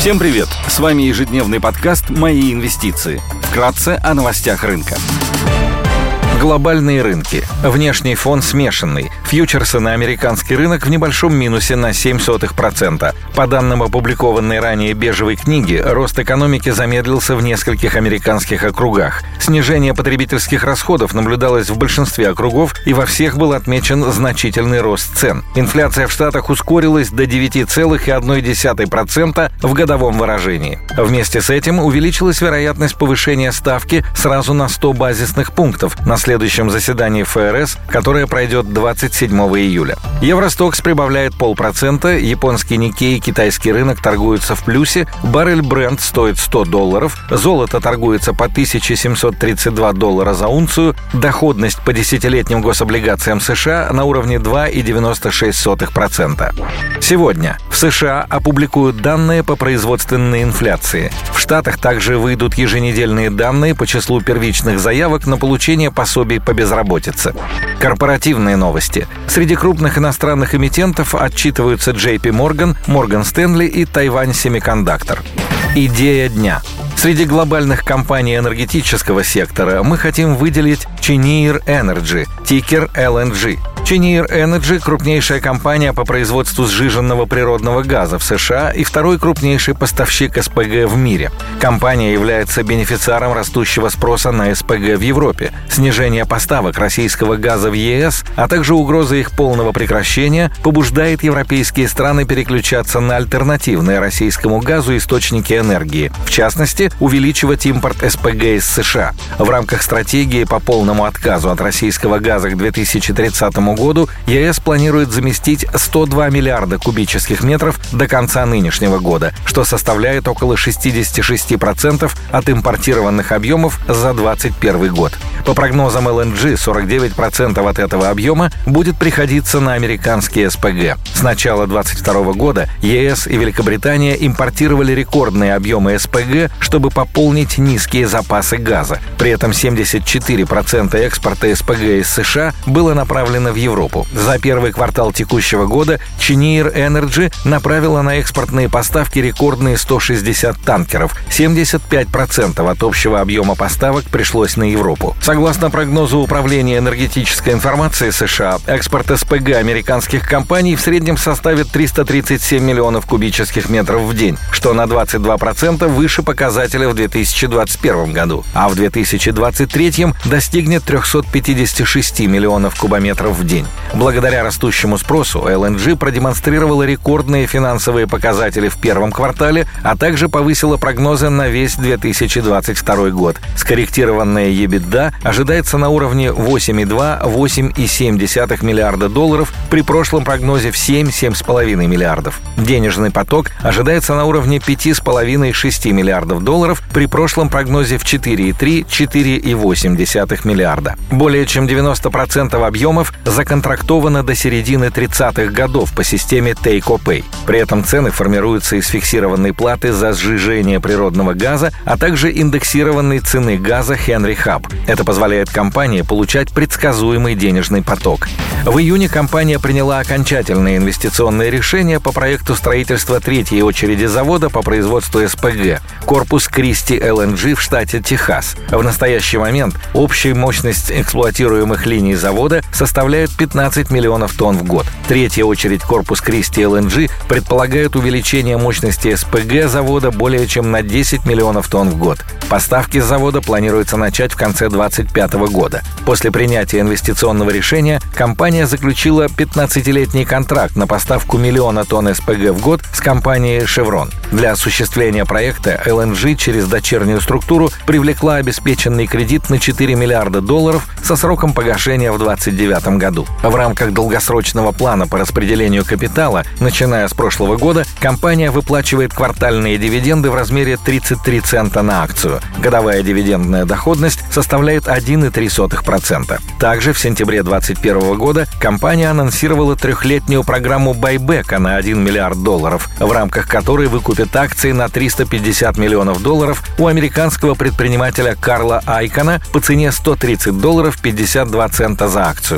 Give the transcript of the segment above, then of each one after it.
Всем привет! С вами ежедневный подкаст «Мои инвестиции». Вкратце о новостях рынка. Глобальные рынки. Внешний фон смешанный. Фьючерсы на американский рынок в небольшом минусе на 0,07%. По данным опубликованной ранее бежевой книги, рост экономики замедлился в нескольких американских округах. Снижение потребительских расходов наблюдалось в большинстве округов, и во всех был отмечен значительный рост цен. Инфляция в Штатах ускорилась до 9,1% в годовом выражении. Вместе с этим увеличилась вероятность повышения ставки сразу на 100 базисных пунктов на следующем заседании ФРС, которое пройдет 27 июля. Евростокс прибавляет 0,5%, японский Никкей и китайский рынок торгуются в плюсе, баррель Brent стоит $100, золото торгуется по $1732 за унцию, доходность по десятилетним гособлигациям США на уровне 2,96%. Сегодня в США опубликуют данные по производственной инфляции. В Штатах также выйдут еженедельные данные по числу первичных заявок на получение пособий по безработице. Корпоративные новости. Среди крупных иностранных эмитентов отчитываются JP Morgan, Morgan Stanley и Taiwan Semiconductor. Идея дня. Среди глобальных компаний энергетического сектора мы хотим выделить Cheniere Energy, тикер LNG. Cheniere Energy – крупнейшая компания по производству сжиженного природного газа в США и второй крупнейший поставщик СПГ в мире. Компания является бенефициаром растущего спроса на СПГ в Европе. Снижение поставок российского газа в ЕС, а также угроза их полного прекращения побуждает европейские страны переключаться на альтернативные российскому газу источники энергии, в частности, увеличивать импорт СПГ из США. В рамках стратегии по полному отказу от российского газа к 2030 году ЕС планирует заместить 102 миллиарда кубических метров до конца нынешнего года, что составляет около 66% от импортированных объемов за 2021 год. По прогнозам LNG, 49% от этого объема будет приходиться на американские СПГ. С начала 2022 года ЕС и Великобритания импортировали рекордные объемы СПГ, чтобы пополнить низкие запасы газа. При этом 74% экспорта СПГ из США было направлено в Европу. За первый квартал текущего года Cheniere Energy направила на экспортные поставки рекордные 160 танкеров. 75% от общего объема поставок пришлось на Европу. Согласно прогнозу Управления энергетической информации США, экспорт СПГ американских компаний в среднем составит 337 миллионов кубических метров в день, что на 22% выше показателя в 2021 году, а в 2023 достигнет 356 миллионов кубометров в день. Благодаря растущему спросу LNG продемонстрировала рекордные финансовые показатели в первом квартале, а также повысила прогнозы на весь 2022 год. Скорректированная EBITDA ожидается на уровне 8,2-8,7 миллиарда долларов при прошлом прогнозе в 7-7,5 миллиардов. Денежный поток ожидается на уровне 5,5-6 миллиардов долларов при прошлом прогнозе в 4,3-4,8 миллиарда. Более чем 90% объемов законтрактовано до середины 30-х годов по системе Take-or-Pay. При этом цены формируются из фиксированной платы за сжижение природного газа, а также индексированной цены газа Henry Hub. Это позволяет компании получать предсказуемый денежный поток. В июне компания приняла окончательное инвестиционное решение по проекту строительства третьей очереди завода по производству СПГ Corpus Christi LNG в штате Техас. В настоящий момент общая мощность эксплуатируемых линий завода составляет 15 миллионов тонн в год. Третья очередь Corpus Christi LNG предполагает увеличение мощности СПГ завода более чем на 10 миллионов тонн в год. Поставки с завода планируется начать в конце 2025 года. После принятия инвестиционного решения компания заключила 15-летний контракт на поставку 1 миллиона тонн СПГ в год с компанией Chevron. Для осуществления проекта LNG через дочернюю структуру привлекла обеспеченный кредит на 4 миллиарда долларов со сроком погашения в 2029 году. В рамках долгосрочного плана по распределению капитала, начиная с прошлого года, компания выплачивает квартальные дивиденды в размере 33 цента на акцию. Годовая дивидендная доходность составляет 1,3%. Также в сентябре 2021 года компания анонсировала трехлетнюю программу байбека на 1 миллиард долларов, в рамках которой выкупит акции на 350 миллионов долларов у американского предпринимателя Карла Айкона по цене $130.52 за акцию. За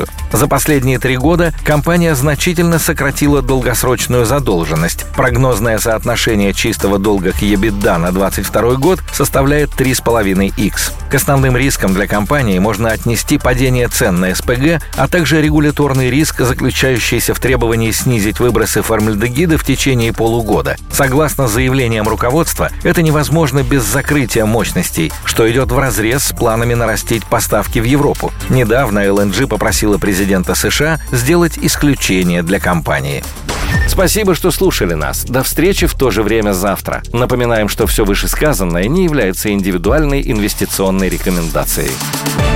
За последние 3 года компания значительно сократила долгосрочную задолженность. Прогнозное соотношение чистого долга к EBITDA на 2022 год составляет 3,5x. К основным рискам для компании можно отнести падение цен на СПГ, а также регуляторный риск, заключающийся в требовании снизить выбросы формальдегида в течение полугода. Согласно заявлениям руководства, это невозможно без закрытия мощностей, что идет вразрез с планами нарастить поставки в Европу. Недавно LNG попросила президента США сделать исключение для компании. Спасибо, что слушали нас. До встречи в то же время завтра. Напоминаем, что все вышесказанное не является индивидуальной инвестиционной рекомендацией.